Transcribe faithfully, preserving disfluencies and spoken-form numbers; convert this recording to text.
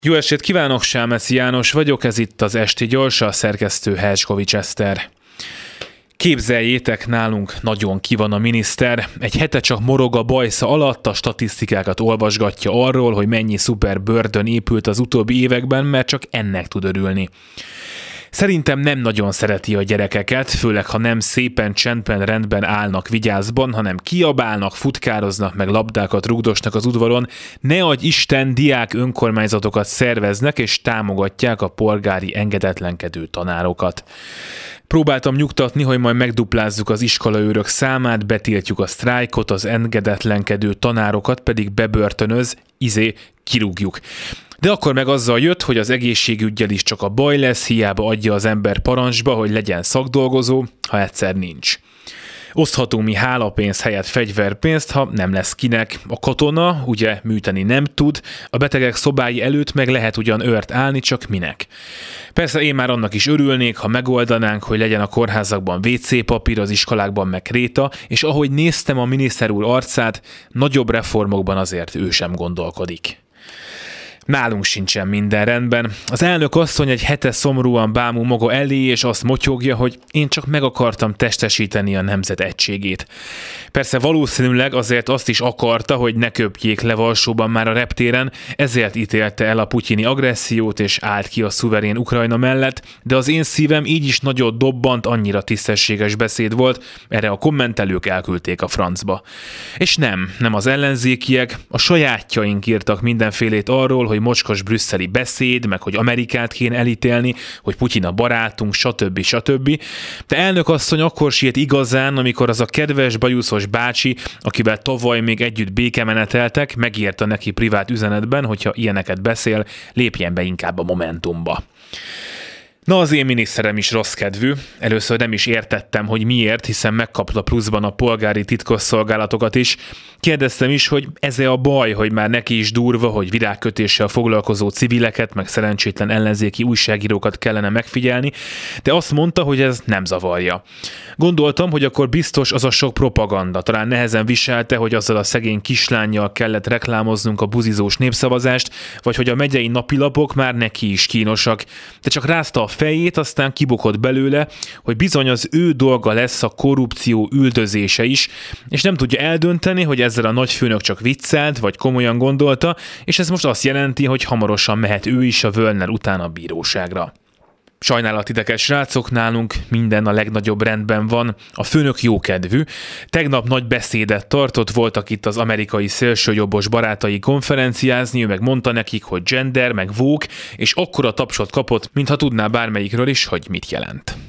Jó estét kívánok, Sámeci János vagyok, ez itt az Esti Gyors, a szerkesztő Herskovics Eszter. Képzeljétek, nálunk nagyon ki van a miniszter. Egy hete csak morog a bajsza alatt, a statisztikákat olvasgatja arról, hogy mennyi szuper bördön épült az utóbbi években, mert csak ennek tud örülni. Szerintem nem nagyon szereti a gyerekeket, főleg ha nem szépen csendben rendben állnak vigyázban, hanem kiabálnak, futkároznak, meg labdákat rugdosnak az udvaron. Ne adj Isten, diák önkormányzatokat szerveznek és támogatják a polgári engedetlenkedő tanárokat. Próbáltam nyugtatni, hogy majd megduplázzuk az iskolaőrök számát, betiltjuk a sztrájkot, az engedetlenkedő tanárokat pedig bebörtönöz, izé, kirúgjuk. De akkor meg azzal jött, hogy az egészségüggyel is csak a baj lesz, hiába adja az ember parancsba, hogy legyen szakdolgozó, ha egyszer nincs. Oszthatunk mi hálapénz helyett fegyverpénzt, ha nem lesz kinek. A katona ugye műteni nem tud, a betegek szobái előtt meg lehet ugyan őrt állni, csak minek. Persze én már annak is örülnék, ha megoldanánk, hogy legyen a kórházakban vé cé papír, az iskolákban meg kréta, és ahogy néztem a miniszter úr arcát, nagyobb reformokban azért ő sem gondolkodik. Nálunk sincsen minden rendben. Az elnök asszony egy hete szomorúan bámul maga elé, és azt motyogja, hogy én csak meg akartam testesíteni a nemzet egységét. Persze valószínűleg azért azt is akarta, hogy ne köpjék le Varsóban már a reptéren, ezért ítélte el a putyini agressziót, és állt ki a szuverén Ukrajna mellett, de az én szívem így is nagyot dobbant, annyira tisztességes beszéd volt, erre a kommentelők elküldték a francba. És nem, nem az ellenzékiek, a sajátjaink írtak mindenfélét arról, hogy mocskos brüsszeli beszéd, meg hogy Amerikát kéne elítélni, hogy Putyin a barátunk, stb. stb. De elnök asszony akkor siet igazán, amikor az a kedves, bajuszos bácsi, akivel tavaly még együtt békemeneteltek, megírta neki privát üzenetben, hogyha ilyeneket beszél, lépjen be inkább a Momentumba. Na, az én miniszterem is rossz kedvű. Először nem is értettem, hogy miért, hiszen megkapta pluszban a polgári titkosszolgálatokat is. Kérdeztem is, hogy ez-e a baj, hogy már neki is durva, hogy virágkötéssel foglalkozó civileket, meg szerencsétlen ellenzéki újságírókat kellene megfigyelni, de azt mondta, hogy ez nem zavarja. Gondoltam, hogy akkor biztos az a sok propaganda. Talán nehezen viselte, hogy azzal a szegény kislánnyal kellett reklámoznunk a buzizós népszavazást, vagy hogy a megyei napilapok már neki is kínosak. De csak rázta a fejét, aztán kibukott belőle, hogy bizony az ő dolga lesz a korrupció üldözése is, és nem tudja eldönteni, hogy ezzel a nagyfőnök csak viccelt, vagy komolyan gondolta, és ez most azt jelenti, hogy hamarosan mehet ő is a Völner után a bíróságra. Sajnálat idekes srácok, nálunk minden a legnagyobb rendben van, a főnök jókedvű. Tegnap nagy beszédet tartott, voltak itt az amerikai szélsőjobbos barátai konferenciázni, ő meg mondta nekik, hogy gender, meg woke, és akkora tapsot kapott, mintha tudná bármelyikről is, hogy mit jelent.